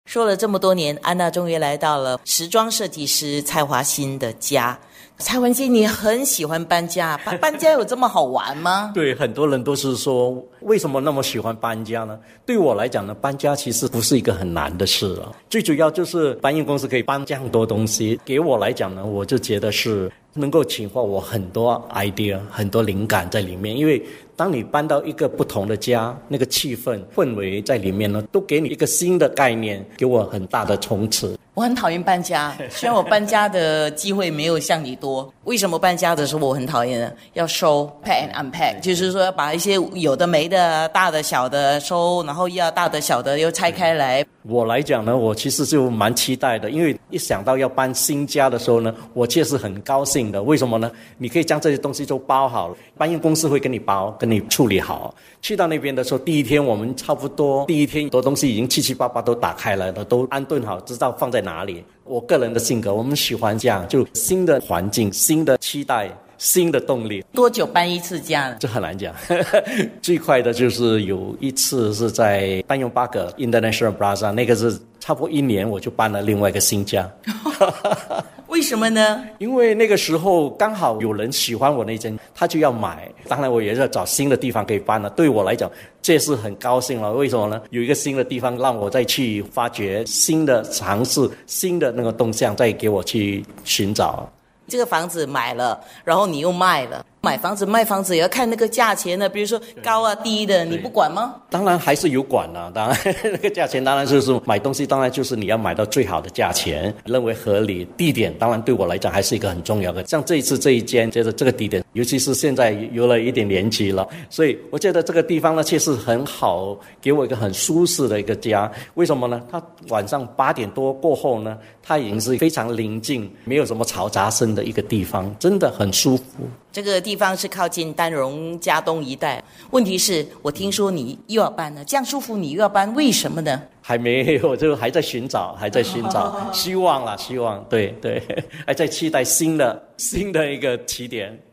说了这么多年，安娜终于来到了时装设计师蔡华新的家。蔡华新，你很喜欢搬家，搬家有这么好玩吗？ 对，很多人都是说为什么那么喜欢搬家呢？对我来讲呢，搬家其实不是一个很难的事啊。最主要就是搬运公司可以搬这样多东西，给我来讲呢，我就觉得是能够启发我很多 idea， 很多灵感在里面。因为当你搬到一个不同的家，那个气氛氛围在里面呢，都给你一个新的概念，给我很大的冲刺。 我很讨厌搬家，虽然我搬家的机会没有像你多。为什么搬家的时候我很讨厌呢？要收 pack and unpack， 就是说要把一些有的没的大的小的收，然后要大的小的又拆开来。 我来讲呢，我其实就蛮期待的，因为一想到要搬新家的时候呢，我确实很高兴的。为什么呢？你可以将这些东西都包好了，搬运公司会跟你包，跟你处理好。去到那边的时候，第一天我们差不多第一天很多东西已经七七八八都打开来了，都安顿好，知道放在哪里。我个人的性格，我们喜欢这样，就新的环境、新的期待、新的动力。 多久搬一次家呢？ 这很难讲。最快的就是有一次是在班用巴格 International Plaza， 那个是差不多1年我就搬了另外一个新家。 为什么呢？ 因为那个时候刚好有人喜欢我那间，他就要买。当然我也是要找新的地方可以搬了。对我来讲，这是很高兴了。为什么呢？有一个新的地方让我再去发掘新的尝试，新的那个动向，再给我去寻找。 这个房子买了，然后你又卖了。买房子卖房子也要看那个价钱的，比如说高啊低的，你不管吗？ 当然还是有管啊，当然那个价钱当然就是买东西，当然就是你要买到最好的价钱，认为合理。地点当然对我来讲还是一个很重要的，像这一次这一间觉得这个地点，尤其是现在有了一点年纪了，所以我觉得这个地方呢确实很好，给我一个很舒适的一个家。为什么呢？它晚上8点多过后呢，它已经是非常宁静，没有什么嘈杂声的一个地方，真的很舒服。 这个地方是靠近丹荣嘉东一带。问题是我听说你又要搬了，这样舒服你又要搬，为什么呢？ 还没有，就还在寻找，希望啦，希望，对，还在期待新的一个起点。